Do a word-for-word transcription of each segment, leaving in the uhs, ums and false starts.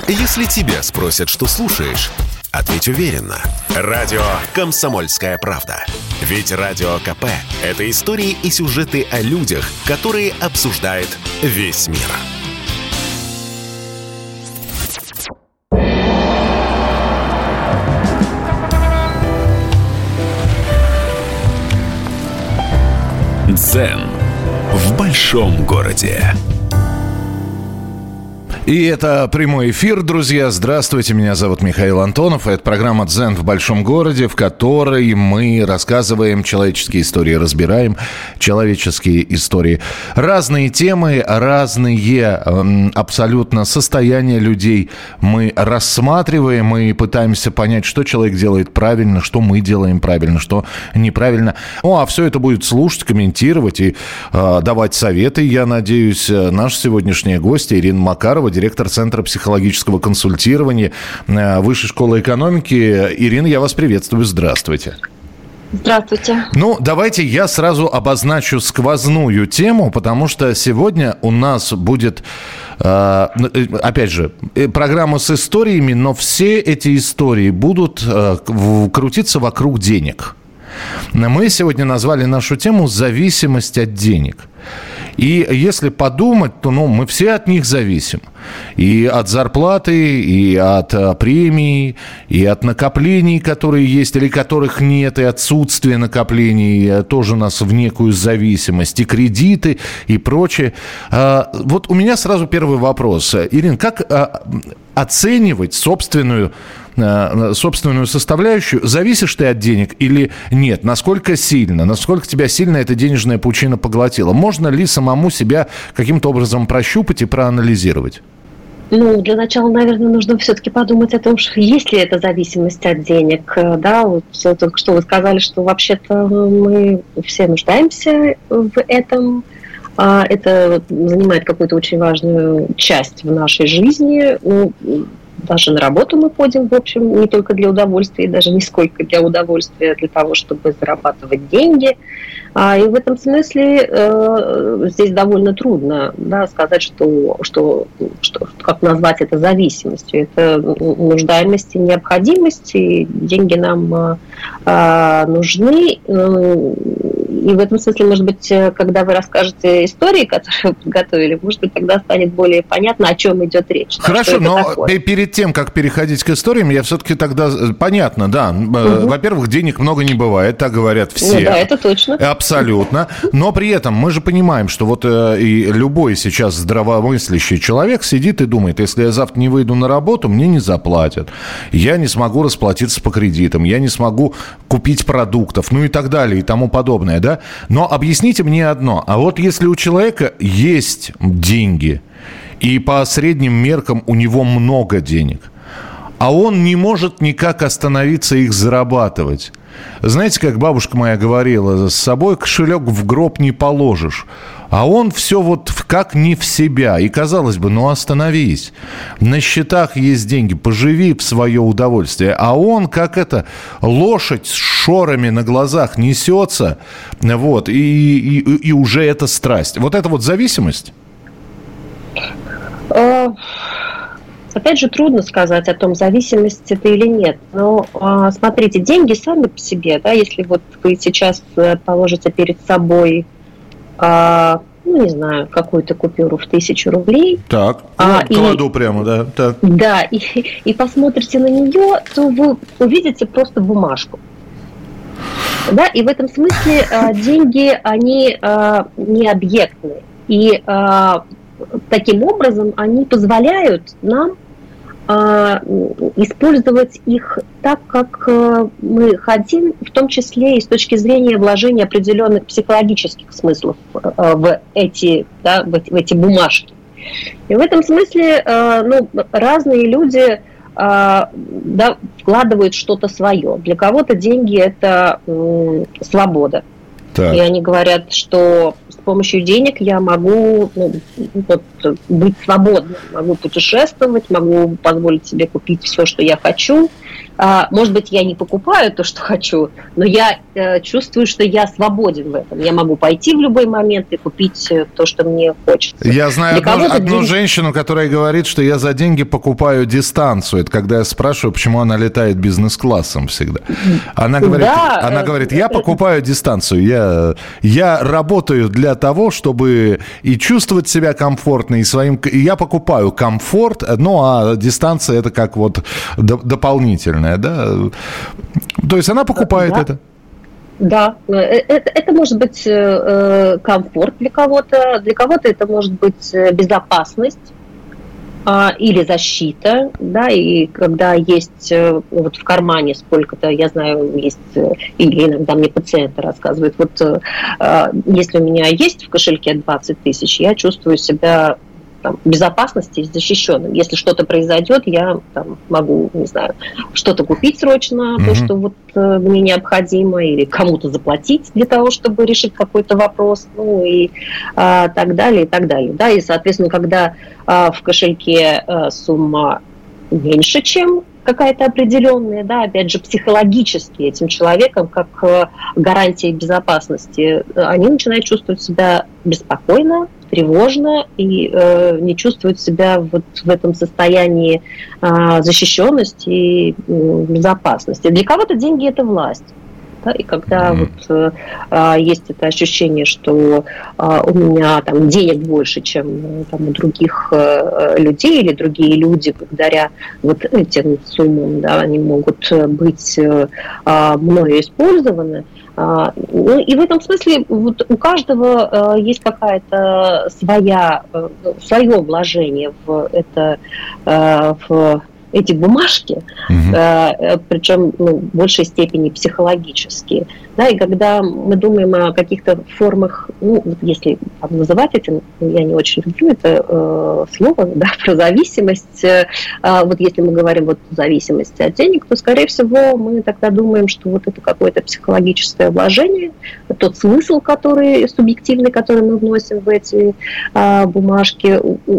Если тебя спросят, что слушаешь, ответь уверенно. Радио «Комсомольская правда». Ведь Радио КП – это истории и сюжеты о людях, которые обсуждает весь мир. Дзен в большом городе. И это прямой эфир, друзья. Здравствуйте, меня зовут Михаил Антонов. Это программа «Дзен в большом городе», в которой мы рассказываем человеческие истории, разбираем человеческие истории. Разные темы, разные э, абсолютно состояния людей мы рассматриваем и пытаемся понять, что человек делает правильно, что мы делаем правильно, что неправильно. Ну, а все это будет слушать, комментировать и э, давать советы, я надеюсь, наша сегодняшняя гостья Ирина Макарова, директор Центра психологического консультирования Высшей школы экономики. Ирина, я вас приветствую. Здравствуйте. Здравствуйте. Ну, давайте я сразу обозначу сквозную тему, потому что сегодня у нас будет, э, опять же, программа с историями, но все эти истории будут э, крутиться вокруг денег. Мы сегодня назвали нашу тему «Зависимость от денег». И если подумать, то ну, мы все от них зависим. И от зарплаты, и от а, премии, и от накоплений, которые есть или которых нет, и отсутствие накоплений тоже нас в некую зависимость, и кредиты, и прочее. А, вот у меня сразу первый вопрос. Ирина, как а, оценивать собственную собственную составляющую? Зависишь ты от денег или нет? Насколько сильно? Насколько тебя сильно эта денежная паутина поглотила? Можно ли самому себя каким-то образом прощупать и проанализировать? Ну, для начала, наверное, нужно все-таки подумать о том, что есть ли эта зависимость от денег. Да, вот только что вы сказали, что вообще-то мы все нуждаемся в этом. Это занимает какую-то очень важную часть в нашей жизни. Ну, даже на работу мы ходим, в общем, не только для удовольствия, даже не сколько для удовольствия, а для того, чтобы зарабатывать деньги. И в этом смысле э, здесь довольно трудно, да, сказать, что, что, что, как назвать это зависимостью. Это нуждаемость и необходимость, и деньги нам э, нужны. И в этом смысле, может быть, когда вы расскажете истории, которые вы подготовили, может быть, тогда станет более понятно, о чем идет речь. Хорошо, но такое. Перед тем, как переходить к историям, я все-таки тогда... Понятно, да. Угу. Во-первых, денег много не бывает, так говорят все. Ну, да, это точно. Абсолютно. Но при этом мы же понимаем, что вот э, и любой сейчас здравомыслящий человек сидит и думает, если я завтра не выйду на работу, мне не заплатят. Я не смогу расплатиться по кредитам, я не смогу купить продуктов, ну и так далее, и тому подобное, да? Но объясните мне одно. А вот если у человека есть деньги, и по средним меркам у него много денег, а он не может никак остановиться их зарабатывать. Знаете, как бабушка моя говорила, с собой кошелек в гроб не положишь. А он все вот как не в себя. И казалось бы, ну остановись. На счетах есть деньги, поживи в свое удовольствие. А он, как это, лошадь с шорами на глазах несется. Вот, и, и, и уже это страсть. Вот это вот зависимость? Опять же, трудно сказать о том, зависимость это или нет. Но смотрите, деньги сами по себе, да, если вот вы сейчас положите перед собой, ну, не знаю, какую-то купюру в тысячу рублей. Так, а, ну, кладу и, прямо, да. Так. Да, и, и посмотрите на нее, то вы увидите просто бумажку. Да, и в этом смысле деньги, они не объектные. И таким образом они позволяют нам э, использовать их так, как э, мы хотим, в том числе и с точки зрения вложения определенных психологических смыслов э, в, эти, да, в, в эти бумажки. И в этом смысле э, ну, разные люди э, да, вкладывают что-то свое. Для кого-то деньги – это э, свобода. Так. И они говорят, что с помощью денег я могу ну, вот, быть свободным, могу путешествовать, могу позволить себе купить все, что я хочу. может быть, я не покупаю то, что хочу, но я чувствую, что я свободен в этом. Я могу пойти в любой момент и купить то, что мне хочется. Я знаю одну, одну день... женщину, которая говорит, что я за деньги покупаю дистанцию. Это когда я спрашиваю, почему она летает бизнес-классом всегда. Она говорит, да, она говорит я покупаю дистанцию. Я, я работаю для того, чтобы и чувствовать себя комфортно, и своим... И я покупаю комфорт, ну, а дистанция это как вот дополнительная, да? То есть она покупает да. это. Да, это, это может быть э, комфорт для кого-то, для кого-то это может быть безопасность э, или защита, да, и когда есть э, вот в кармане сколько-то, я знаю, есть, э, или иногда мне пациенты рассказывают, вот э, если у меня есть в кошельке двадцать тысяч, я чувствую себя там, безопасности и защищенным. Если что-то произойдет, я там, могу, не знаю, что-то купить срочно, mm-hmm. то, что вот, э, мне необходимо, или кому-то заплатить для того, чтобы решить какой-то вопрос, ну и э, так далее, и так далее. Да? И, соответственно, когда э, в кошельке э, сумма меньше, чем какая-то определенная, да, опять же, психологически этим человеком, как э, гарантия безопасности, они начинают чувствовать себя беспокойно, тревожно и э, не чувствуют себя вот в этом состоянии э, защищенности и э, безопасности. Для кого-то деньги – это власть. Да? И когда mm-hmm. вот, э, есть это ощущение, что э, у меня там денег больше, чем там, у других э, людей, или другие люди благодаря вот этим суммам, да, они могут быть э, мною использованы. Uh, ну, и в этом смысле вот у каждого uh, есть какая-то своя, uh, свое вложение в это, uh, в эти бумажки, mm-hmm. uh, причем ну, в большей степени психологические. Да, и когда мы думаем о каких-то формах, ну, если там, называть этим, я не очень люблю это э, слово, да, про зависимость, э, вот если мы говорим вот о зависимости от денег, то, скорее всего, мы тогда думаем, что вот это какое-то психологическое вложение, тот смысл, который субъективный, который мы вносим в эти э, бумажки,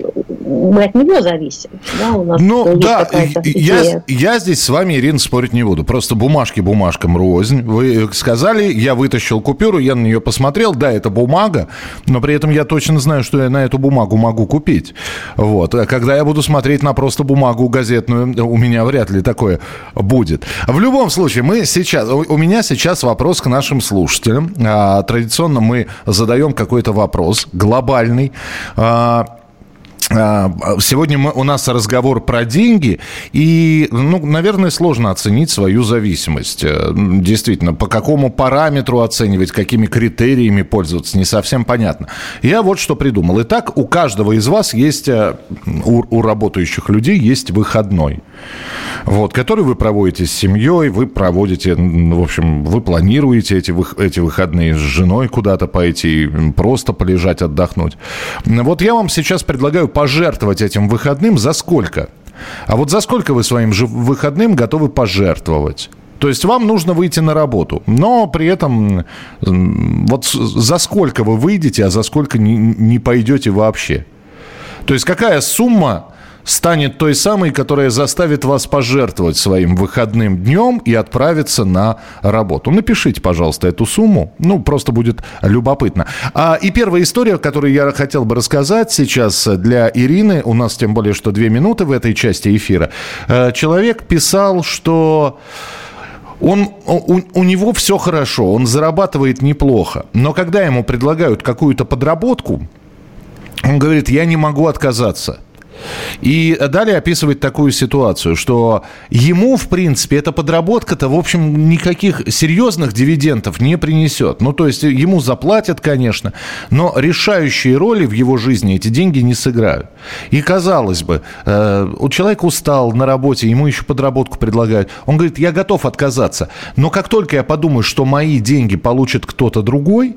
мы от него зависим. Да, у нас ну, есть да, какая-то я, идея. Я здесь с вами, Ирина, спорить не буду. Просто бумажки бумажкам рознь. Вы сказали, я вытащил купюру, я на нее посмотрел, да, это бумага, но при этом я точно знаю, что я на эту бумагу могу купить. Вот. А когда я буду смотреть на просто бумагу газетную, у меня вряд ли такое будет. В любом случае, мы сейчас, у меня сейчас вопрос к нашим слушателям. А, традиционно мы задаем какой-то вопрос глобальный. А, Сегодня мы, у нас разговор про деньги, и, ну, наверное, сложно оценить свою зависимость. Действительно, по какому параметру оценивать, какими критериями пользоваться, не совсем понятно. Я вот что придумал. Итак, у каждого из вас есть, у, у работающих людей есть выходной, вот, который вы проводите с семьей, вы проводите, в общем, вы планируете эти, эти выходные с женой куда-то пойти, просто полежать, отдохнуть. Вот я вам сейчас предлагаю пожертвовать этим выходным за сколько? А вот за сколько вы своим же выходным готовы пожертвовать? То есть вам нужно выйти на работу, но при этом вот за сколько вы выйдете, а за сколько не, не пойдете вообще? То есть какая сумма станет той самой, которая заставит вас пожертвовать своим выходным днем и отправиться на работу? Напишите, пожалуйста, эту сумму. Ну, просто будет любопытно. А, и первая история, которую я хотел бы рассказать сейчас для Ирины, у нас тем более, что две минуты в этой части эфира. Человек писал, что Он, у, у него все хорошо, он зарабатывает неплохо. Но когда ему предлагают какую-то подработку, он говорит, я не могу отказаться. И далее описывает такую ситуацию, что ему, в принципе, эта подработка-то, в общем, никаких серьезных дивидендов не принесет. Ну, то есть ему заплатят, конечно, но решающие роли в его жизни эти деньги не сыграют. И, казалось бы, э, у человека устал на работе, ему еще подработку предлагают. Он говорит, я готов отказаться, но как только я подумаю, что мои деньги получит кто-то другой,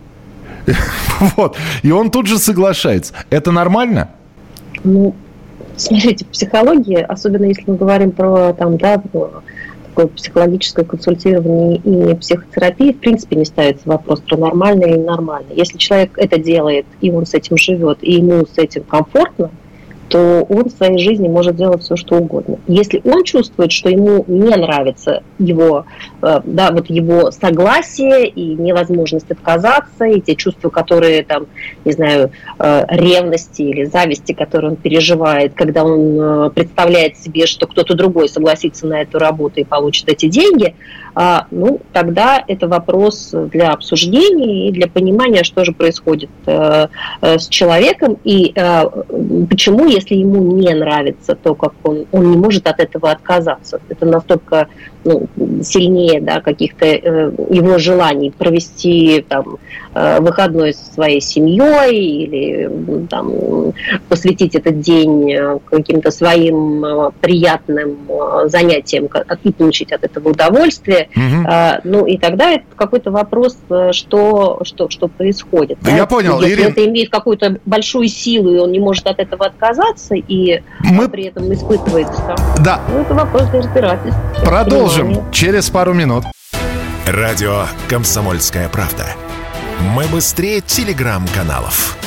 вот, и он тут же соглашается. Это нормально? Ну, смотрите, в психологии, особенно если мы говорим про там, да, такое психологическое консультирование и психотерапии, в принципе, не ставится вопрос про нормально и ненормально. Если человек это делает, и он с этим живет, и ему с этим комфортно, то он в своей жизни может делать все, что угодно. Если он чувствует, что ему не нравится его, да, вот его согласие и невозможность отказаться, и те чувства, которые, там, не знаю, ревности или зависти, которые он переживает, когда он представляет себе, что кто-то другой согласится на эту работу и получит эти деньги, ну, тогда это вопрос для обсуждения и для понимания, что же происходит с человеком и почему, если ему не нравится то, как он, он не может от этого отказаться. Это настолько, ну, сильнее, да, каких-то э, его желаний провести там, э, выходной со своей семьей или там, посвятить этот день каким-то своим э, приятным э, занятиям и получить от этого удовольствие. Угу. Э, ну и тогда это какой-то вопрос, что, что, что происходит. Да, да? Я понял, если Ирина. Это имеет какую-то большую силу, и он не может от этого отказаться, и Мы... при этом испытывает страх. Да. Ну, это вопрос для разбирательства. Продолжим через пару минут. Радио «Комсомольская правда». Мы быстрее телеграм-каналов.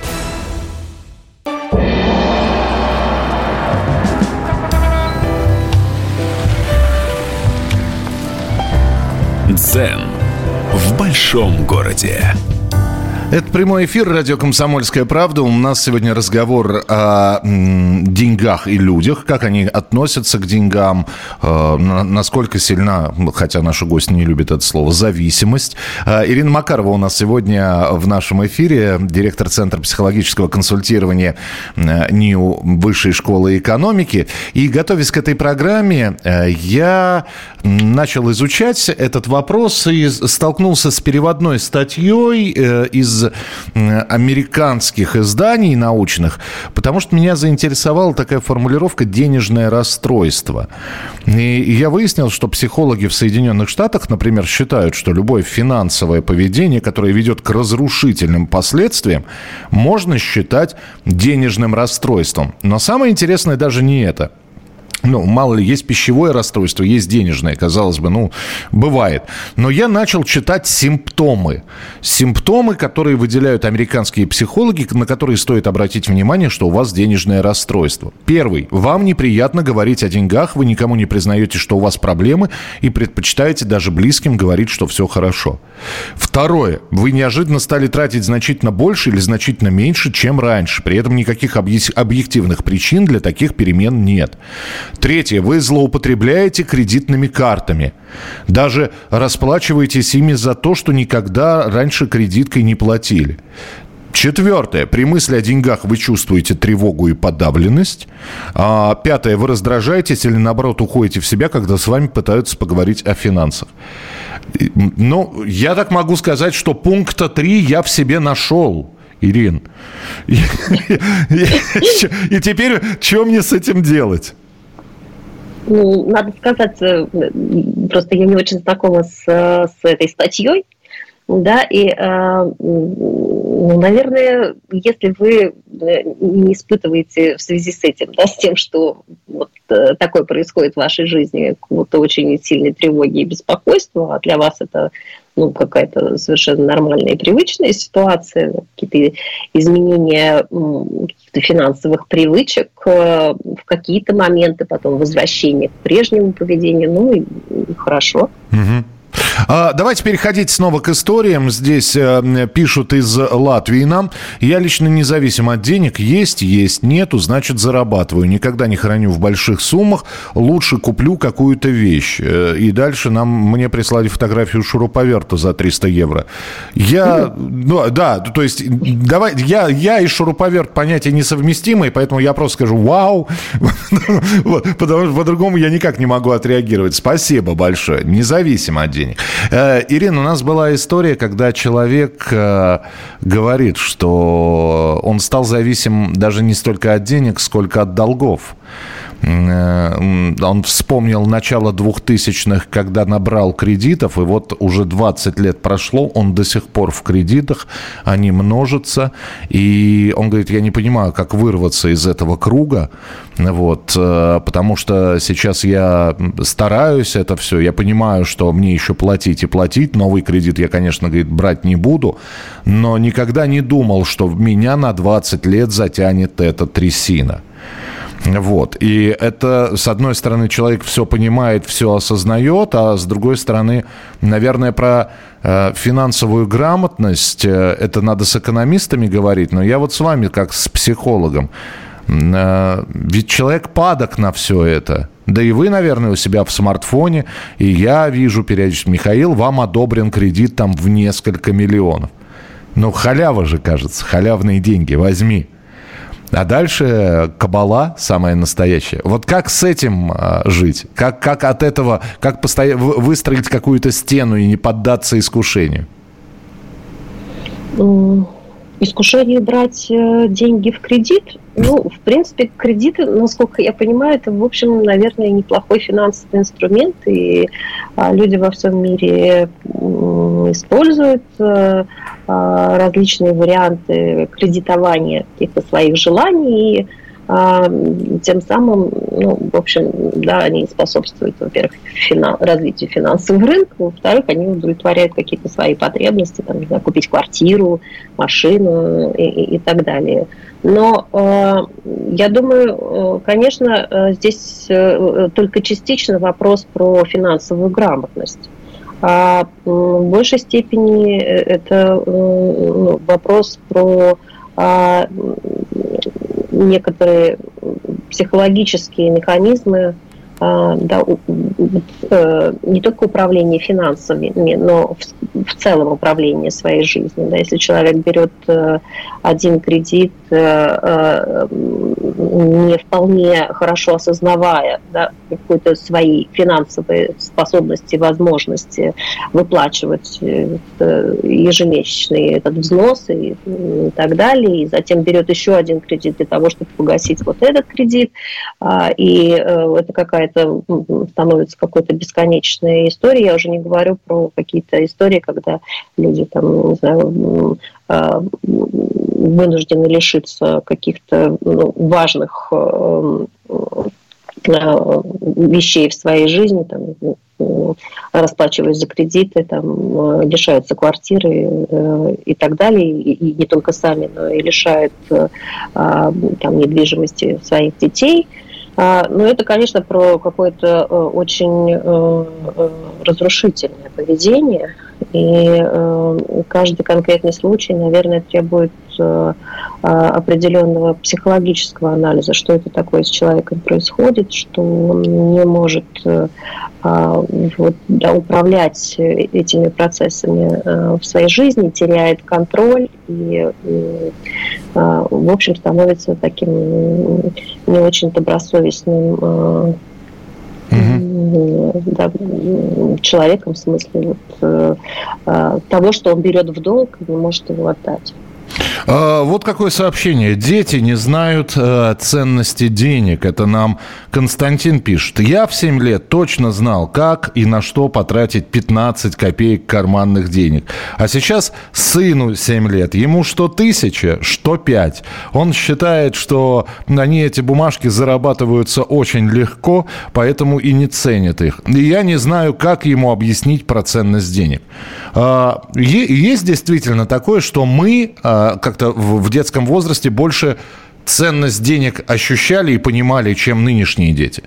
Дзен в большом городе. Это прямой эфир, радио «Комсомольская правда». У нас сегодня разговор о м, деньгах и людях, как они относятся к деньгам, э, насколько сильна, хотя наши гости не любят это слово, зависимость. Э, Ирина Макарова у нас сегодня в нашем эфире, директор Центра психологического консультирования э, НИУ Высшей школы экономики. И, готовясь к этой программе, э, я начал изучать этот вопрос и столкнулся с переводной статьей э, из американских изданий научных, потому что меня заинтересовала такая формулировка «денежное расстройство». И я выяснил, что психологи в Соединенных Штатах, например, считают, что любое финансовое поведение, которое ведет к разрушительным последствиям, можно считать денежным расстройством. Но самое интересное даже не это. Ну, мало ли, есть пищевое расстройство, есть денежное, казалось бы, ну, бывает. Но я начал читать симптомы. Симптомы, которые выделяют американские психологи, на которые стоит обратить внимание, что у вас денежное расстройство. Первый. Вам неприятно говорить о деньгах, вы никому не признаете, что у вас проблемы, и предпочитаете даже близким говорить, что все хорошо. Второе. Вы неожиданно стали тратить значительно больше или значительно меньше, чем раньше. При этом никаких объективных причин для таких перемен нет. Третье. Вы злоупотребляете кредитными картами. Даже расплачиваетесь ими за то, что никогда раньше кредиткой не платили. Четвертое. При мысли о деньгах вы чувствуете тревогу и подавленность. А, пятое. Вы раздражаетесь или, наоборот, уходите в себя, когда с вами пытаются поговорить о финансах. Ну, я так могу сказать, что пункта три я в себе нашел. Ирин. И теперь что мне с этим делать? Ну, надо сказать, просто я не очень знакома с, с этой статьей, да, и, ну, наверное, если вы не испытываете в связи с этим, да, с тем, что вот такое происходит в вашей жизни, какого-то очень сильной тревоги и беспокойства, а для вас это, ну, какая-то совершенно нормальная и привычная ситуация, какие-то изменения каких-то финансовых привычек в какие-то моменты, потом возвращение к прежнему поведению, ну и хорошо. Угу. А, давайте переходить снова к историям. Здесь э, пишут из Латвии нам. Я лично независим от денег. Есть, есть, нету, значит зарабатываю. Никогда не храню в больших суммах. Лучше куплю какую-то вещь. И дальше нам, мне прислали фотографию шуруповерта за триста евро. Я, ну, да, то есть, давай, я, я и шуруповерт понятия несовместимые, поэтому я просто скажу «Вау!», потому что по-другому я никак не могу отреагировать. Спасибо большое. Независимо от денег. Ирина, у нас была история, когда человек э, говорит, что он стал зависим даже не столько от денег, сколько от долгов. Он вспомнил начало двухтысячных, когда набрал кредитов, и вот уже двадцать лет прошло, он до сих пор в кредитах, они множатся, и он говорит, я не понимаю, как вырваться из этого круга, вот, потому что сейчас я стараюсь это все, я понимаю, что мне еще платить и платить, новый кредит я, конечно, говорит, брать не буду, но никогда не думал, что меня на двадцать лет затянет эта трясина. Вот. И это, с одной стороны, человек все понимает, все осознает, а с другой стороны, наверное, про э, финансовую грамотность, э, это надо с экономистами говорить, но я вот с вами, как с психологом, э, ведь человек падок на все это. Да и вы, наверное, у себя в смартфоне, и я вижу периодически, Михаил, вам одобрен кредит там в несколько миллионов. Ну, халява же, кажется, халявные деньги, возьми. А дальше кабала самая настоящая. Вот как с этим а, жить? Как, как от этого, как постоя... выстроить какую-то стену и не поддаться искушению? Искушение брать деньги в кредит? Ну, в принципе, кредиты, насколько я понимаю, это, в общем, наверное, неплохой финансовый инструмент, и а, люди во всем мире используют а, различные варианты кредитования каких-то своих желаний, и а, тем самым, ну, в общем, да, они способствуют, во-первых, финан- развитию финансового рынка, во-вторых, они удовлетворяют какие-то свои потребности, там, не знаю, купить квартиру, машину и, и, и так далее. Но э, я думаю, э, конечно, э, здесь э, только частично вопрос про финансовую грамотность. А э, в большей степени это э, вопрос про э, некоторые психологические механизмы, э, да, э, не только управление финансами, но в, в целом управление своей жизнью. Да, если человек берет э, один кредит, не вполне хорошо осознавая, да, какие-то свои финансовые способности, возможности выплачивать ежемесячный этот взнос и, и так далее, и затем берет еще один кредит для того, чтобы погасить вот этот кредит, и это какая-то становится какой-то бесконечной историей. Я уже не говорю про какие-то истории, когда люди там, не знаю, вынуждены лишиться каких-то, ну, важных э, э, вещей в своей жизни, там, э, расплачиваясь за кредиты, там, э, лишаются квартиры э, и так далее, и, и не только сами, но и лишают э, там, недвижимости своих детей. Но это, конечно, про какое-то очень разрушительное поведение, и каждый конкретный случай, наверное, требует определенного психологического анализа, что это такое с человеком происходит, что он не может вот, да, управлять этими процессами в своей жизни, теряет контроль и, в общем, становится таким не очень добросовестным Mm-hmm. да, человеком, в смысле вот, того, что он берет в долг и не может его отдать. Вот какое сообщение. Дети не знают э, ценности денег. Это нам Константин пишет. Я в семь лет точно знал, как и на что потратить пятнадцать копеек карманных денег. А сейчас сыну семь лет. Ему что тысяча, что пять. Он считает, что они, эти бумажки, зарабатываются очень легко, поэтому и не ценят их. И я не знаю, как ему объяснить про ценность денег. Э, есть действительно такое, что мы... как-то в детском возрасте больше ценность денег ощущали и понимали, чем нынешние дети?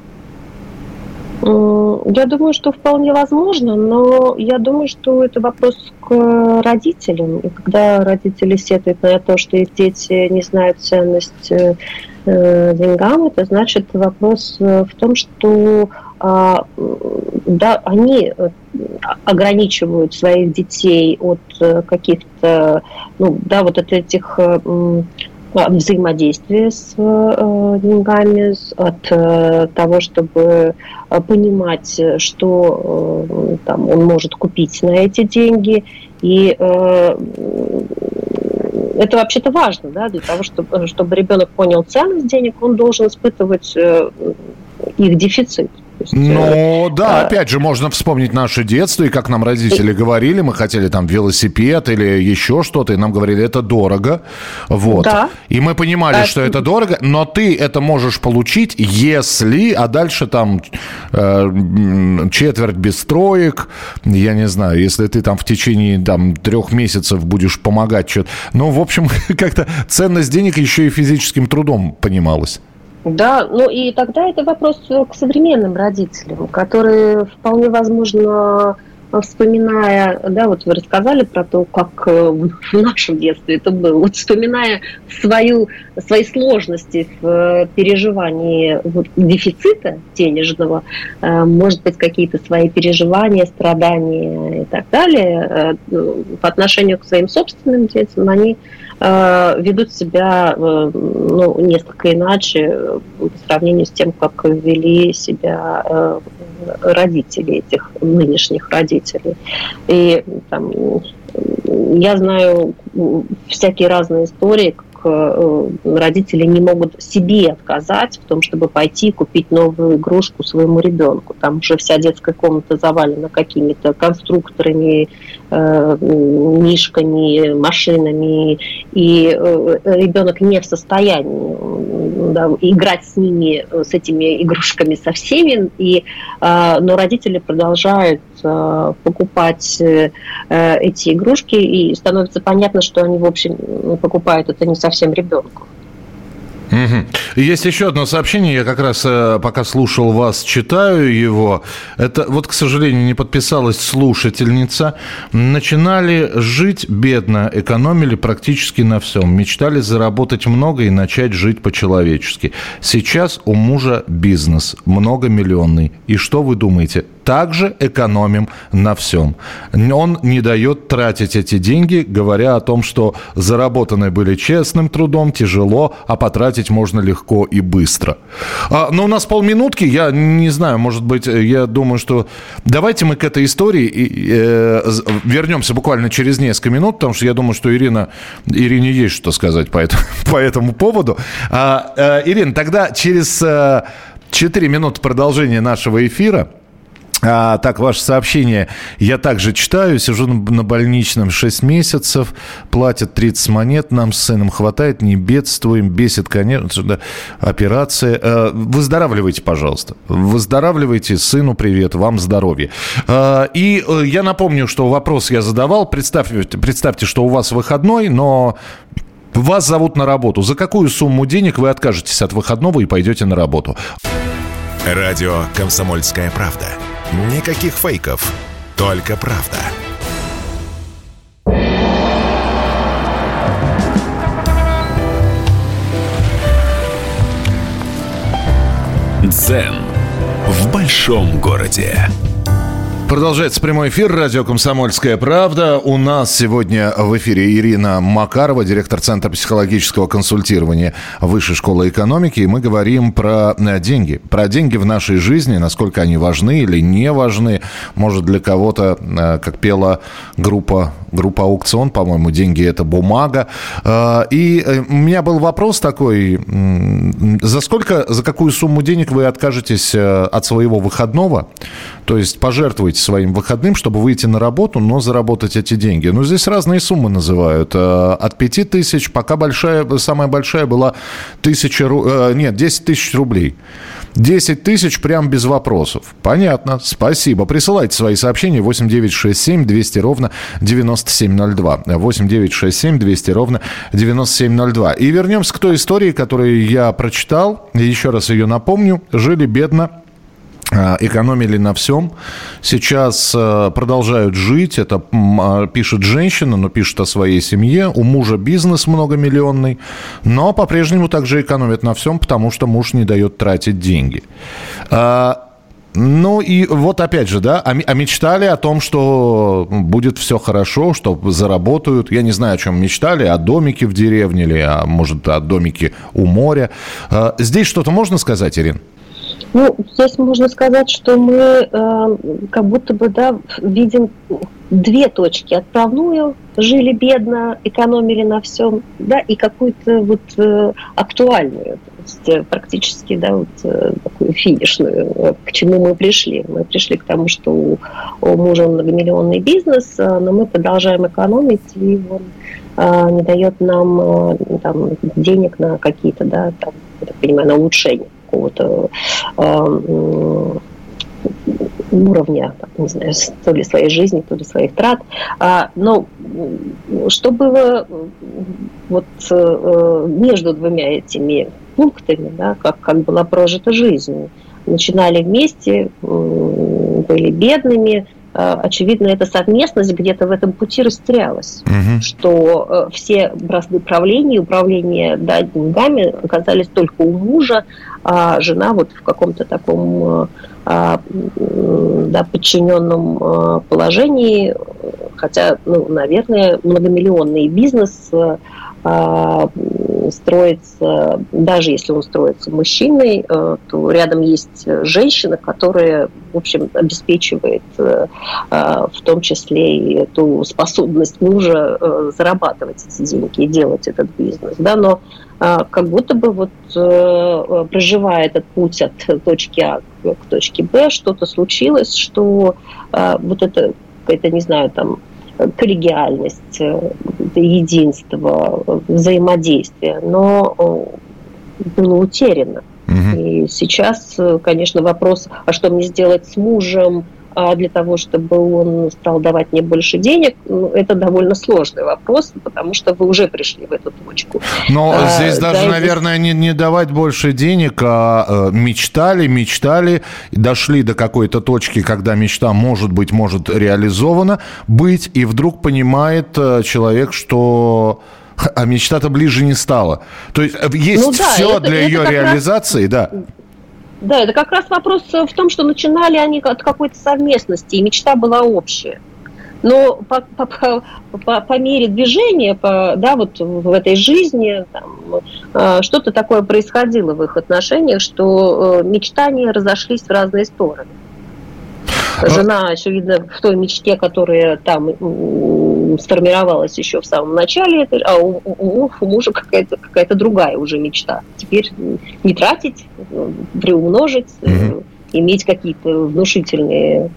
Я думаю, что вполне возможно, но я думаю, что это вопрос к родителям. И когда родители сетуют на то, что их дети не знают ценность э, деньгам, это значит вопрос в том, что э, да, они ограничивают своих детей от каких-то, ну, да, вот от этих э, взаимодействия с э, деньгами, от э, того, чтобы понимать, что э, там, он может купить на эти деньги. И э, это вообще-то важно, да, для того, чтобы, чтобы ребенок понял ценность денег, он должен испытывать э, их дефицит. Ну, да, опять же, можно вспомнить наше детство, и как нам родители говорили, мы хотели там велосипед или еще что-то, и нам говорили, это дорого, вот. Да. И мы понимали, а... что это дорого, но ты это можешь получить, если, а дальше там э, четверть без троек, я не знаю, если ты там в течение там трех месяцев будешь помогать что-то. Ну, в общем, как-то ценность денег еще и физическим трудом понималась. Да, ну и тогда это вопрос к современным родителям, которые вполне возможно, вспоминая, да, вот вы рассказали про то, как в нашем детстве это было, вот вспоминая свою, свои сложности в переживании вот, дефицита денежного, может быть, какие-то свои переживания, страдания и так далее, по отношению к своим собственным детям, они ведут себя ну, несколько иначе по сравнению с тем, как вели себя родители этих нынешних родителей. И там, я знаю всякие разные истории, как родители не могут себе отказать в том, чтобы пойти купить новую игрушку своему ребенку. Там уже вся детская комната завалена какими-то конструкторами, э, мишками, машинами, и э, ребенок не в состоянии да, играть с ними, с этими игрушками со всеми, и, э, но родители продолжают э, покупать э, эти игрушки, и становится понятно, что они, в общем, покупают это не совсем ребенку. Угу. Есть еще одно сообщение, я как раз пока слушал вас, читаю его. Это вот, к сожалению, не подписалась слушательница. Начинали жить бедно, экономили практически на всем. Мечтали заработать много и начать жить по-человечески. Сейчас у мужа бизнес многомиллионный. И что вы думаете? Также экономим на всем. Он не дает тратить эти деньги, говоря о том, что заработанные были честным трудом, тяжело, а потратить можно легко и быстро. А, но у нас полминутки, я не знаю, может быть, я думаю, что давайте мы к этой истории э, вернемся буквально через несколько минут, потому что я думаю, что Ирина, Ирине есть что сказать по этому, по этому поводу. А, э, Ирина, тогда через э, четыре минуты продолжения нашего эфира. А, так, ваше сообщение я также читаю. Сижу на, на больничном шесть месяцев, платят тридцать монет, нам с сыном хватает, не бедствуем, бесит, конечно, да, операция. А, выздоравливайте, пожалуйста. Выздоравливайте, сыну привет, вам здоровья. А, и я напомню, что вопрос я задавал. Представьте, представьте, что у вас выходной, но вас зовут на работу. За какую сумму денег вы откажетесь от выходного и пойдете на работу? Радио «Комсомольская правда». Никаких фейков, только правда. Дзен в большом городе. Продолжается прямой эфир. Радио «Комсомольская правда». У нас сегодня в эфире Ирина Макарова, директор Центра психологического консультирования Высшей школы экономики. И мы говорим про деньги. Про деньги в нашей жизни, насколько они важны или не важны. Может, для кого-то, как пела группа, группа «Аукцион», по-моему, деньги – это бумага. И у меня был вопрос такой. За сколько, за какую сумму денег вы откажетесь от своего выходного? То есть пожертвуете своим выходным, чтобы выйти на работу, но заработать эти деньги. Ну, здесь разные суммы называют. От пяти тысяч, пока большая, самая большая была тысяча, нет, десять тысяч рублей. десять тысяч прям без вопросов. Понятно, спасибо. Присылайте свои сообщения восемь девятьсот шестьдесят семь двести ровно девяносто семь ноль два. восемь девятьсот шестьдесят семь двести ровно девяносто семь ноль два. И вернемся к той истории, которую я прочитал. Еще раз ее напомню. Жили бедно, экономили на всем. Сейчас э, продолжают жить. Это э, пишет женщина, но пишет о своей семье. У мужа бизнес многомиллионный, но по-прежнему также экономят на всем, потому что муж не дает тратить деньги. А, ну и вот опять же, да, а, а мечтали о том, что будет все хорошо, что заработают. Я не знаю, о чем мечтали, о домике в деревне или, а, может, о домике у моря. А, здесь что-то можно сказать, Ирина? Ну, здесь можно сказать, что мы э, как будто бы, да, видим две точки. Отправную, жили бедно, экономили на всем, да, и какую-то вот э, актуальную. есть практически, да, вот такую финишную. К чему мы пришли? Мы пришли к тому, что у, у мужа многомиллионный бизнес, но мы продолжаем экономить, и он а, не дает нам там, денег на какие-то, да, там, я так понимаю, на улучшение какого-то а, уровня, не знаю, то ли своей жизни, то ли своих трат. А, но что было вот между двумя этими пунктами, да, как, как была прожита жизнь? Начинали вместе, были бедными. Очевидно, эта совместность где-то в этом пути растерялась, угу. что все бразды правления, управления, да, деньгами оказались только у мужа, а жена вот в каком-то таком да, подчиненном положении, хотя, ну, наверное, многомиллионный бизнес строится, даже если он строится мужчиной, то рядом есть женщина, которая, в общем, обеспечивает в том числе и эту способность мужа зарабатывать эти деньги и делать этот бизнес. Да? Но как будто бы вот проживая этот путь от точки А к точке Б, что-то случилось, что вот это, это не знаю, там, коллегиальность, единство, взаимодействие, но было утеряно. Угу. И сейчас, конечно, вопрос, а что мне сделать с мужем для того, чтобы он стал давать мне больше денег, ну, это довольно сложный вопрос, потому что вы уже пришли в эту точку. Но а, здесь даже, да, наверное, не, не давать больше денег, а мечтали, мечтали, дошли до какой-то точки, когда мечта, может быть, может реализована быть, и вдруг понимает человек, что... А мечта-то ближе не стала. То есть есть ну, да, все это, для это ее реализации, раз... да. Да, это как раз вопрос в том, что начинали они от какой-то совместности, и мечта была общая. Но по, по, по, по мере движения, по, да, вот в этой жизни там, что-то такое происходило в их отношениях, что мечтания разошлись в разные стороны. Жена, очевидно, в той мечте, которая там сформировалась еще в самом начале, а у, у, у мужа какая-то, какая-то другая уже мечта. Теперь не тратить, приумножить, mm-hmm. иметь какие-то внушительные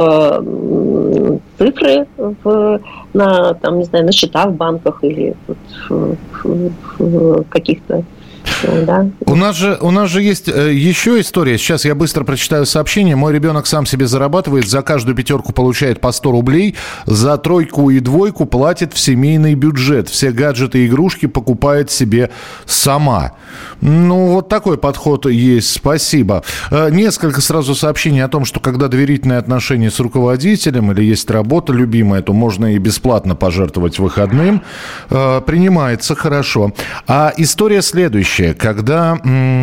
э, цифры в, на, там, не знаю, на счетах в банках или в, в, в каких-то... Да. У нас же, у нас же есть еще история. Сейчас я быстро прочитаю сообщение. Мой ребенок сам себе зарабатывает, за каждую пятерку получает по сто рублей, за тройку и двойку платит в семейный бюджет. Все гаджеты и игрушки покупает себе сама. Ну, вот такой подход есть. Спасибо. Несколько сразу сообщений о том, что когда доверительные отношения с руководителем или есть работа любимая, то можно и бесплатно пожертвовать выходным. Принимается хорошо. А история следующая. Когда...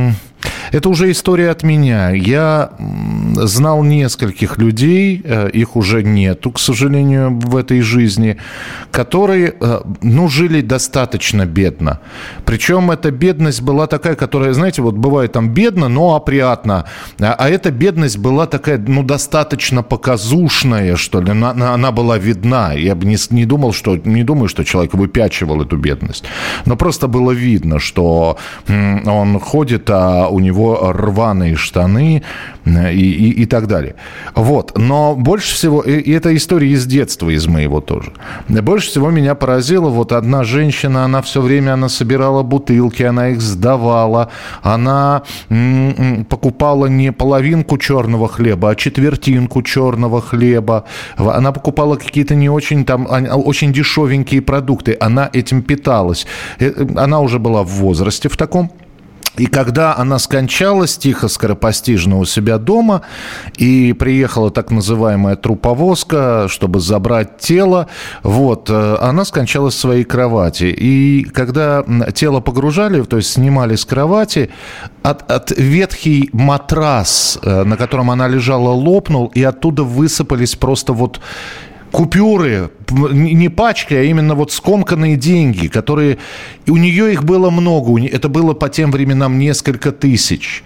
Это уже история от меня. Я знал нескольких людей, их уже нету, к сожалению, в этой жизни, которые, ну, жили достаточно бедно. Причем эта бедность была такая, которая, знаете, вот бывает там бедно, но опрятно. А эта бедность была такая, ну, достаточно показушная, что ли. Она, она была видна. Я бы не, не думал, что, не думаю, что человек выпячивал эту бедность. Но просто было видно, что он ходит, а у него рваные штаны и, и, и так далее. Вот. Но больше всего, и это история из детства, из моего тоже, больше всего меня поразило, вот одна женщина, она все время, она собирала бутылки, она их сдавала, она м-м, покупала не половинку черного хлеба, а четвертинку черного хлеба, она покупала какие-то не очень там, очень дешевенькие продукты, она этим питалась. Она уже была в возрасте в таком. И когда она скончалась тихо, скоропостижно у себя дома, и приехала так называемая труповозка, чтобы забрать тело, вот, она скончалась в своей кровати. И когда тело погружали, то есть снимали с кровати, от, от ветхий матрас, на котором она лежала, лопнул, и оттуда высыпались просто вот... купюры, не пачки, а именно вот скомканные деньги, которые... И у нее их было много, это было по тем временам несколько тысяч.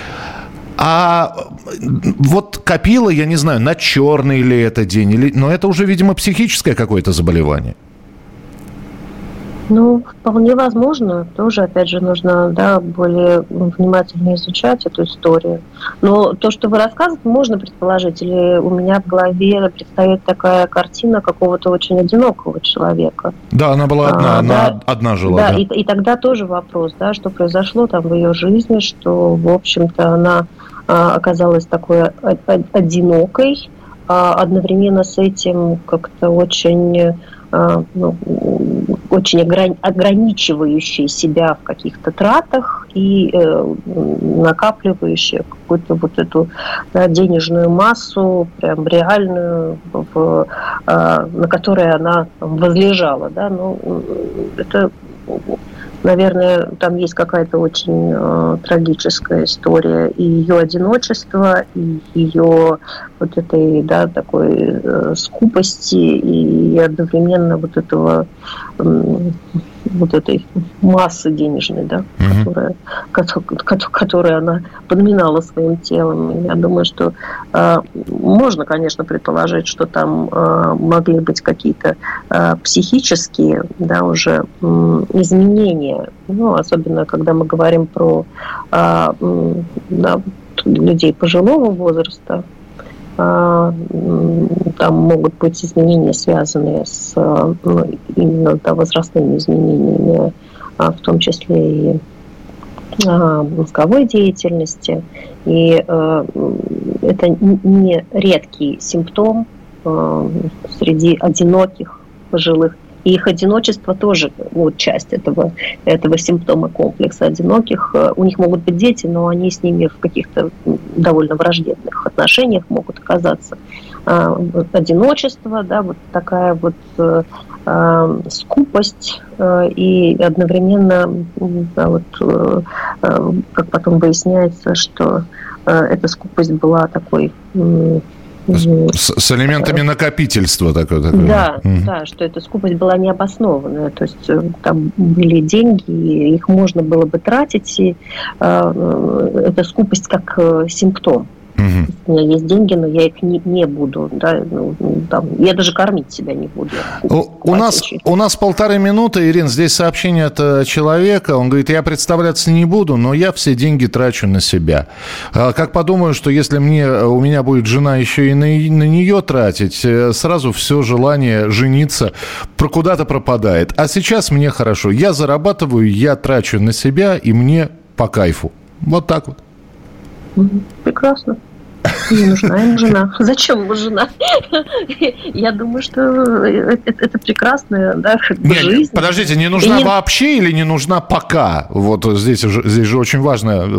А вот копила, я не знаю, на черный ли это день, или... но это уже, видимо, психическое какое-то заболевание. Ну, вполне возможно. Тоже, опять же, нужно, да, более внимательно изучать эту историю. Но то, что вы рассказываете, можно предположить. Или у меня в голове предстоит такая картина какого-то очень одинокого человека. Да, она была одна, а, она да, одна жила. Да, да. И, и тогда тоже вопрос, да, что произошло там в ее жизни, что, в общем-то, она а, оказалась такой одинокой, а одновременно с этим как-то очень... Ну, очень ограничивающие себя в каких-то тратах и э, накапливающие какую-то вот эту, да, денежную массу, прям реальную, в, э, на которой она возлежала. Да? Ну, это, наверное, там есть какая-то очень э, трагическая история и ее одиночества, и ее вот этой, да, такой э, скупости, и одновременно вот этого э, вот этой массы денежной, да, mm-hmm. которая, которую, которую она подминала своим телом. Я думаю, что э, можно, конечно, предположить, что там э, могли быть какие-то э, психические, да, уже э, изменения, ну, особенно когда мы говорим про э, э, да, людей пожилого возраста. Там могут быть изменения, связанные с, ну, именно, да, возрастными изменениями, в том числе и мозговой деятельности. И это не редкий симптом среди одиноких пожилых. И их одиночество тоже вот часть этого, этого симптома комплекса одиноких. У них могут быть дети, но они с ними в каких-то довольно враждебных отношениях могут оказаться. Одиночество, да, вот такая вот э, скупость э, и одновременно, да, вот, э, как потом выясняется, что э, эта скупость была такой... Э, С, с элементами накопительства такое. такое. Да, mm. да, что эта скупость была необоснованная. То есть там были деньги, их можно было бы тратить, и э, эта скупость как э, симптом. Mm-hmm. У меня есть деньги, но я их не, не буду. Да, ну, там, я даже кормить себя не буду. У, у, нас, у нас полторы минуты, Ирина, здесь сообщение от человека. Он говорит, я представляться не буду, но я все деньги трачу на себя. Как подумаю, что если мне, у меня будет жена еще и на, на нее тратить, сразу все желание жениться куда-то пропадает. А сейчас мне хорошо. Я зарабатываю, я трачу на себя, и мне по кайфу. Вот так вот. Прекрасно. Не нужна ему жена. Зачем ему жена? Я думаю, что это, это прекрасная, да, не, жизнь. Подождите, не нужна не... вообще или не нужна пока? Вот здесь, здесь же очень важно.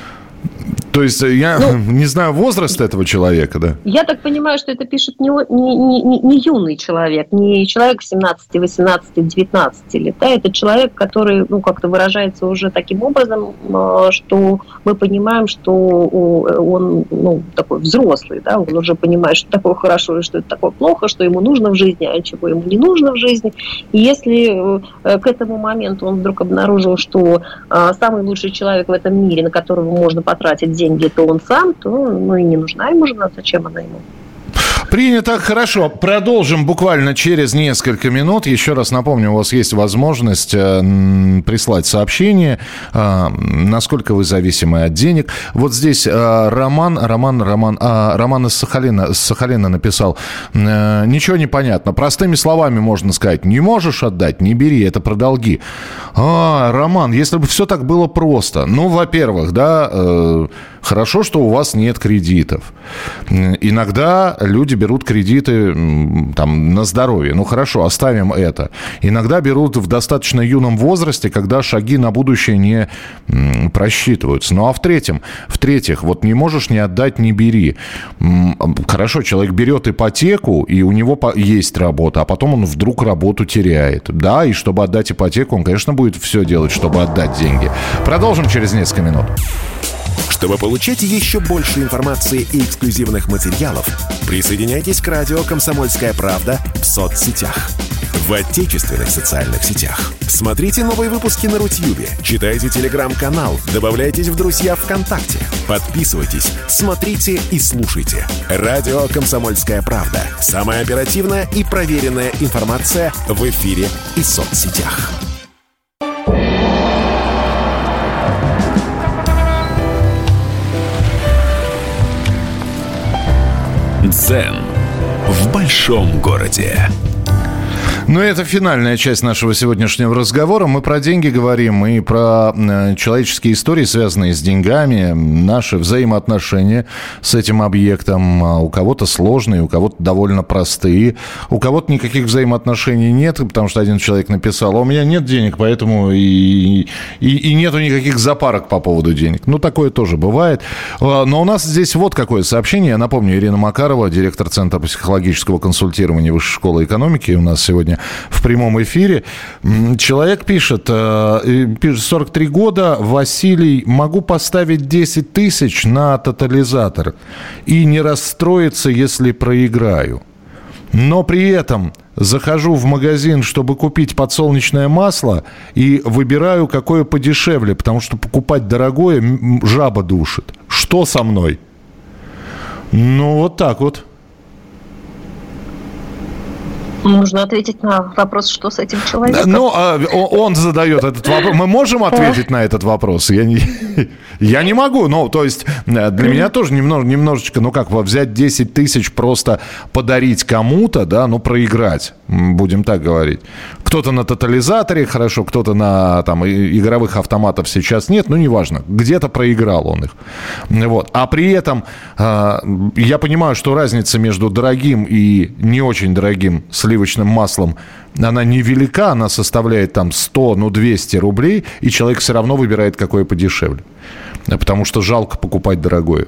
То есть я ну, не знаю возраст этого человека, да? Я так понимаю, что это пишет не, не, не, не юный человек, не человек семнадцати, восемнадцати, девятнадцати лет. Да? Это человек, который, ну, как-то выражается уже таким образом, что мы понимаем, что он, ну, такой взрослый, да? Он уже понимает, что такое хорошо и что это такое плохо, что ему нужно в жизни, а чего ему не нужно в жизни. И если к этому моменту он вдруг обнаружил, что самый лучший человек в этом мире, на которого можно потратить деньги, то он сам, то, ну, и не нужна ему жена, зачем она ему? Принято. Хорошо. Продолжим буквально через несколько минут. Еще раз напомню, у вас есть возможность э, прислать сообщение, э, насколько вы зависимы от денег. Вот здесь э, Роман, Роман, Роман, э, Роман из Сахалина, из Сахалина написал, э, ничего не понятно. Простыми словами можно сказать, не можешь отдать, не бери, это про долги. А, Роман, если бы все так было просто. Ну, во-первых, да, э, хорошо, что у вас нет кредитов. Иногда люди берут кредиты там, на здоровье. Ну, хорошо, оставим это. Иногда берут в достаточно юном возрасте, когда шаги на будущее не просчитываются. Ну, а в-третьем, в-третьих, вот не можешь не отдать, не бери. Хорошо, человек берет ипотеку, и у него есть работа, а потом он вдруг работу теряет. Да, и чтобы отдать ипотеку, он, конечно, будет все делать, чтобы отдать деньги. Продолжим через несколько минут. Чтобы получать еще больше информации и эксклюзивных материалов, присоединяйтесь к радио «Комсомольская правда» в соцсетях. В отечественных социальных сетях. Смотрите новые выпуски на Рутьюбе, читайте телеграм-канал, добавляйтесь в друзья ВКонтакте, подписывайтесь, смотрите и слушайте. Радио «Комсомольская правда». Самая оперативная и проверенная информация в эфире и соцсетях. Дзен в большом городе. Ну, это финальная часть нашего сегодняшнего разговора. Мы про деньги говорим и про человеческие истории, связанные с деньгами, наши взаимоотношения с этим объектом. У кого-то сложные, у кого-то довольно простые, у кого-то никаких взаимоотношений нет, потому что один человек написал: а у меня нет денег, поэтому и, и, и нету никаких запарок по поводу денег. Ну, такое тоже бывает. Но у нас здесь вот какое сообщение. Я напомню, Ирина Макарова, директор Центра психологического консультирования Высшей школы экономики, у нас сегодня в прямом эфире. Человек пишет, сорок три года, Василий, могу поставить десять тысяч на тотализатор и не расстроиться, если проиграю. Но при этом захожу в магазин, чтобы купить подсолнечное масло, и выбираю, какое подешевле, потому что покупать дорогое жаба душит. Что со мной? Ну, вот так вот. Нужно ответить на вопрос, что с этим человеком. Ну, он задает этот вопрос. Мы можем ответить на этот вопрос? Я не, я не могу. Ну, то есть, для меня тоже немного, немножечко, ну, как взять десять тысяч, просто подарить кому-то, да, ну, проиграть, будем так говорить. Кто-то на тотализаторе, хорошо, кто-то на, там, игровых автоматов сейчас нет, ну, неважно. Где-то проиграл он их. Вот. А при этом я понимаю, что разница между дорогим и не очень дорогим сливочным маслом, она невелика, она составляет там сто, ну, двести рублей, и человек все равно выбирает, какое подешевле. Потому что жалко покупать дорогое.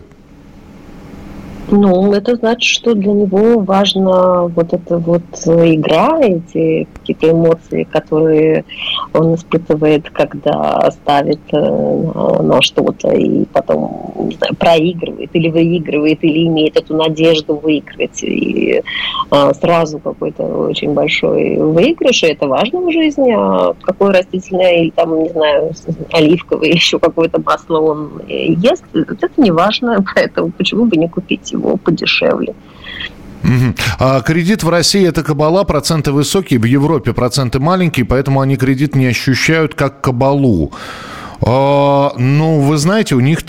Ну, это значит, что для него важна вот эта вот игра, эти какие-то эмоции, которые он испытывает, когда ставит на, на что-то и потом, не знаю, проигрывает или выигрывает, или имеет эту надежду выиграть. И а, сразу какой-то очень большой выигрыш, и это важно в жизни. А какое растительное или там, не знаю, оливковое, еще какое-то масло он ест, это не важно, поэтому почему бы не купить его подешевле. Угу. А кредит в России – это кабала, проценты высокие, в Европе проценты маленькие, поэтому они кредит не ощущают как кабалу. А, ну, вы знаете, у них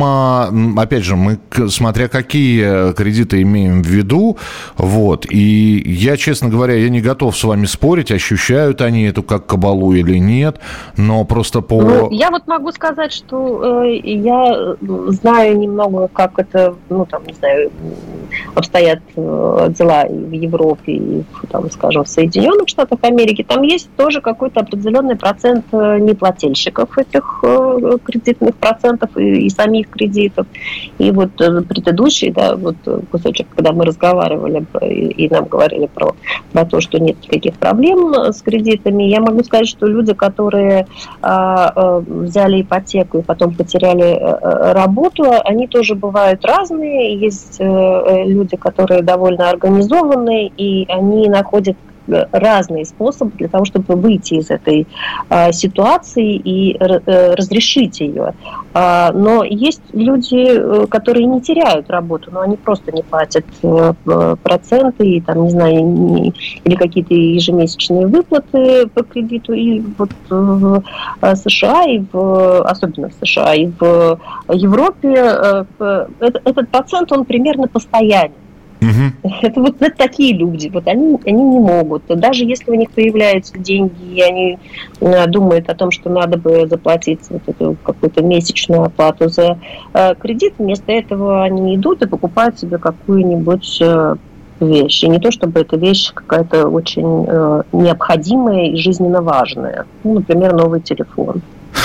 там, опять же, мы, смотря какие кредиты имеем в виду, вот, и я, честно говоря, я не готов с вами спорить, ощущают они эту как кабалу или нет, но просто по... Ну, я вот могу сказать, что э, я знаю немного, как это, ну, там, не знаю, обстоят э, дела и в Европе, и, там, скажем, в Соединенных Штатах Америки. Там есть тоже какой-то определенный процент неплательщиков этих кредитных процентов и, и самих кредитов. И вот предыдущий, да, вот кусочек, когда мы разговаривали и, и нам говорили про, про то, что нет никаких проблем с кредитами, я могу сказать, что люди, которые а, а, взяли ипотеку и потом потеряли а, работу, они тоже бывают разные. Есть а, люди, которые довольно организованные, и они находят разные способы для того, чтобы выйти из этой а, ситуации и э, разрешить ее. А, но есть люди, которые не теряют работу, но они просто не платят э, проценты, и, там, не знаю, не, или какие-то ежемесячные выплаты по кредиту. И вот в США, и в, особенно в США, и в Европе э, этот процент, он примерно постоянен. Uh-huh. Это вот это такие люди, вот они, они не могут. Даже если у них появляются деньги, и они а, думают о том, что надо бы заплатить вот эту какую-то месячную оплату за а, кредит, вместо этого они идут и покупают себе какую-нибудь а, вещь. И не то, чтобы эта вещь какая-то очень а, необходимая и жизненно важная. Ну, например, новый телефон.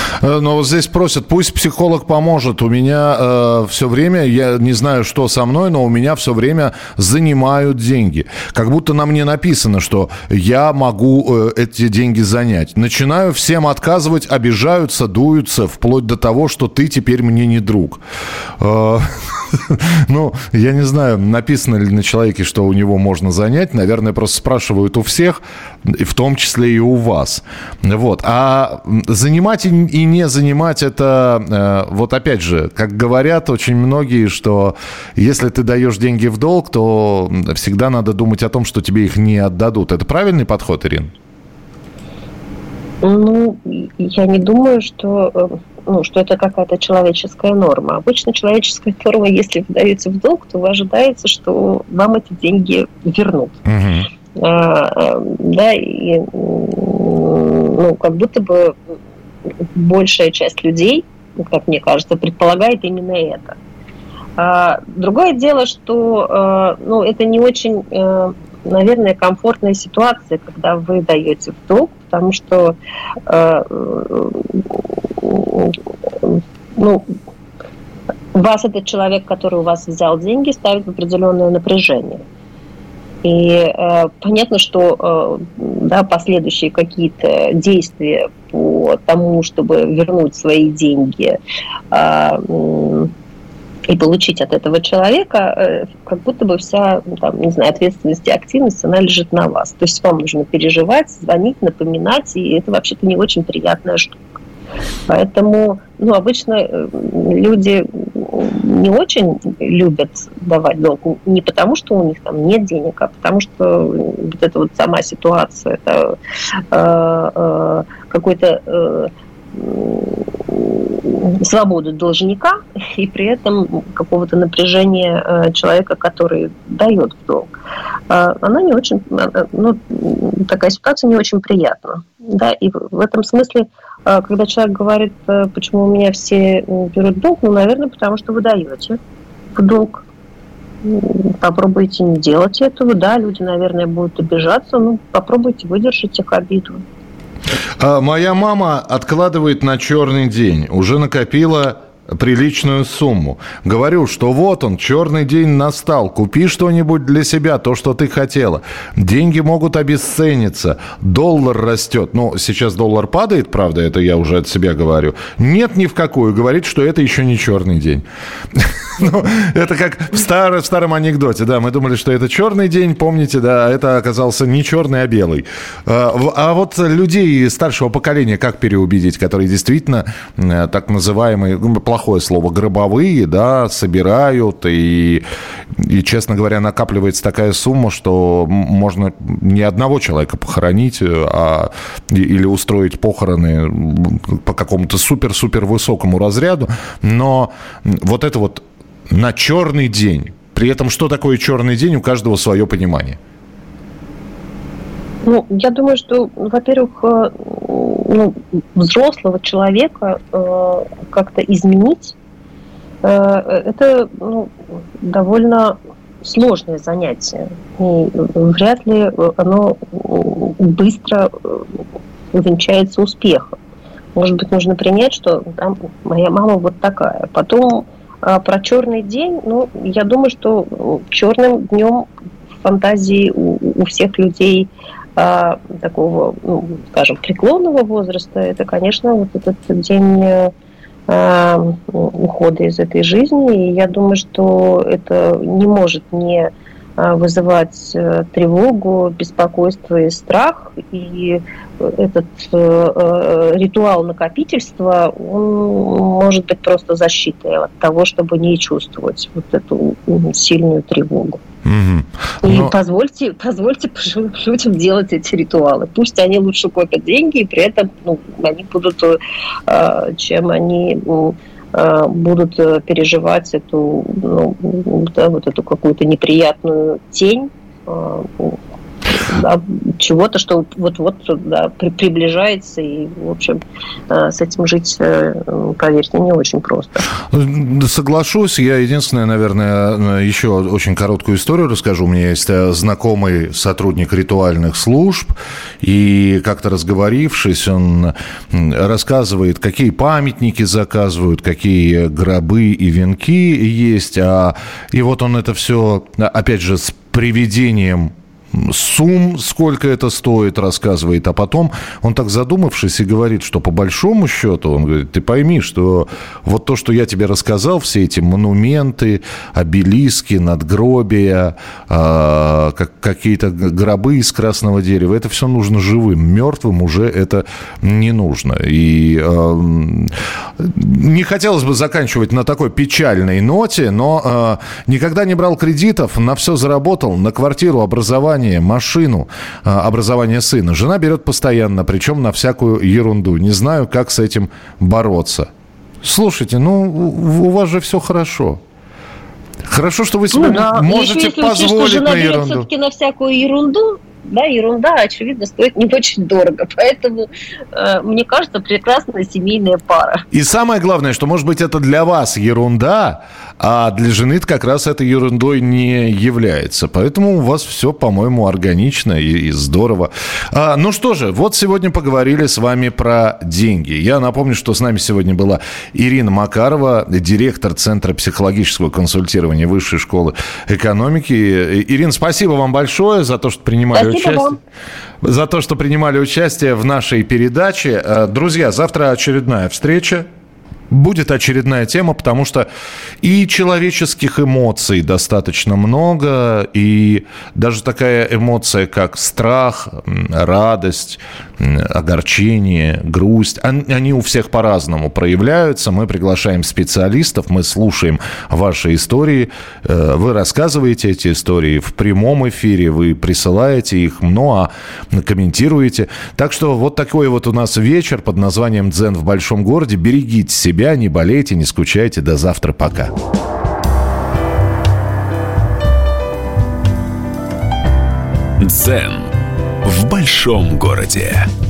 Но вот здесь просят, пусть психолог поможет. У меня э, все время, я не знаю, что со мной, но у меня все время занимают деньги. Как будто на мне написано, что я могу э, эти деньги занять. Начинаю всем отказывать, обижаются, дуются, вплоть до того, что ты теперь мне не друг. Ну, я не знаю, написано ли на человеке, что у него можно занять. Наверное, просто спрашивают у всех, в том числе и у вас. Вот. А занимать и не занимать это, вот опять же, как говорят очень многие, что если ты даешь деньги в долг, то всегда надо думать о том, что тебе их не отдадут. Это правильный подход, Ирина? Ну, я не думаю, что ну, что это какая-то человеческая норма. Обычно человеческая норма, если вы даете в долг, то вы ожидаете, что вам эти деньги вернут. Uh-huh. А, да, и ну, как будто бы большая часть людей, как мне кажется, предполагает именно это. А, другое дело, что а, ну, это не очень, а, наверное, комфортная ситуация, когда вы даете в долг, потому что а, ну, вас этот человек, который у вас взял деньги, ставит в определенное напряжение. И э, понятно, что э, да, последующие какие-то действия по тому, чтобы вернуть свои деньги э, э, и получить от этого человека, э, как будто бы вся, там, не знаю, ответственность и активность, она лежит на вас. То есть вам нужно переживать, звонить, напоминать, и это вообще-то не очень приятная штука. Поэтому, ну, обычно люди не очень любят давать долг не потому, что у них там нет денег, а потому что вот эта вот сама ситуация, это э, э, какой-то э, свободу должника и при этом какого-то напряжения э, человека, который дает в долг. Э, она не очень, ну, такая ситуация не очень приятна. Да, и в этом смысле, когда человек говорит, почему у меня все берут долг, ну, наверное, потому что вы даете в долг. Попробуйте не делать этого, да, люди, наверное, будут обижаться, ну, попробуйте выдержать их обиду. А моя мама откладывает на черный день, уже накопила приличную сумму. Говорю, что вот он, черный день настал. Купи что-нибудь для себя, то, что ты хотела. Деньги могут обесцениться. Доллар растет. Ну, сейчас доллар падает, правда, это я уже от себя говорю. Нет ни в какую. Говорит, что это еще не черный день. Ну, это как в старом, в старом анекдоте, да, мы думали, что это черный день, помните, да, это оказался не черный, а белый. А, а вот людей старшего поколения как переубедить, которые действительно так называемые, плохое слово, гробовые, да, собирают, и, и, честно говоря, накапливается такая сумма, что можно не одного человека похоронить, а, или устроить похороны по какому-то супер-супер высокому разряду, но вот это вот на черный день. При этом, что такое черный день, у каждого свое понимание. Ну, я думаю, что, во-первых, ну, взрослого человека э, как-то изменить, э, это ну, довольно сложное занятие. И вряд ли оно быстро увенчается успехом. Может быть, нужно принять, что там, моя мама вот такая. Потом А про черный день, ну, я думаю, что черным днем в фантазии у, у всех людей а, такого, ну, скажем, преклонного возраста, это, конечно, вот этот день а, ухода из этой жизни. И я думаю, что это не может не вызывать тревогу, беспокойство и страх. И этот э, ритуал накопительства, он может быть просто защитой от того, чтобы не чувствовать вот эту сильную тревогу. Mm-hmm. И Но... позвольте, позвольте пожилым людям делать эти ритуалы. Пусть они лучше копят деньги, и при этом ну, они будут, э, чем они... будут переживать эту, ну, да, вот эту какую-то неприятную тень да, чего-то, что вот-вот да, при, приближается, и, в общем, с этим жить, поверьте, не очень просто. Соглашусь. Я единственное, наверное, еще очень короткую историю расскажу. У меня есть знакомый сотрудник ритуальных служб, и как-то разговорившись, он рассказывает, какие памятники заказывают, какие гробы и венки есть. А, и вот он это все, опять же, с приведением сумм, сколько это стоит, рассказывает, а потом он так задумавшись и говорит, что по большому счету, он говорит, ты пойми, что вот то, что я тебе рассказал, все эти монументы, обелиски, надгробия, э, как, какие-то гробы из красного дерева, это все нужно живым, мертвым уже это не нужно. И э, не хотелось бы заканчивать на такой печальной ноте, но э, никогда не брал кредитов, на все заработал, на квартиру, образование, машину, образование сына. Жена берет постоянно, причем на всякую ерунду. Не знаю, как с этим бороться. Слушайте, ну, у вас же все хорошо. Хорошо, что вы себе ну, да. можете еще, позволить учесть, что жена на ерунду. берет все-таки на всякую ерунду, да, ерунда, очевидно, стоит не очень дорого. Поэтому, э, мне кажется, прекрасная семейная пара. И самое главное, что, может быть, это для вас ерунда, а для жены как раз этой ерундой не является. Поэтому у вас все, по-моему, органично и, и здорово. А, ну что же, вот сегодня поговорили с вами про деньги. Я напомню, что с нами сегодня была Ирина Макарова, директор Центра психологического консультирования Высшей школы экономики. Ирина, спасибо вам большое за то, что принимали Спасибо участие. вам. За то, что принимали участие в нашей передаче. Друзья, завтра очередная встреча. Будет очередная тема, потому что и человеческих эмоций достаточно много, и даже такая эмоция, как страх, радость, огорчение, грусть, они у всех по-разному проявляются. Мы приглашаем специалистов, мы слушаем ваши истории, вы рассказываете эти истории в прямом эфире, вы присылаете их, ну а комментируете. Так что вот такой вот у нас вечер под названием «Дзен в большом городе». Берегите себя. Не болейте, не скучайте. До завтра. Пока. Дзен в большом городе.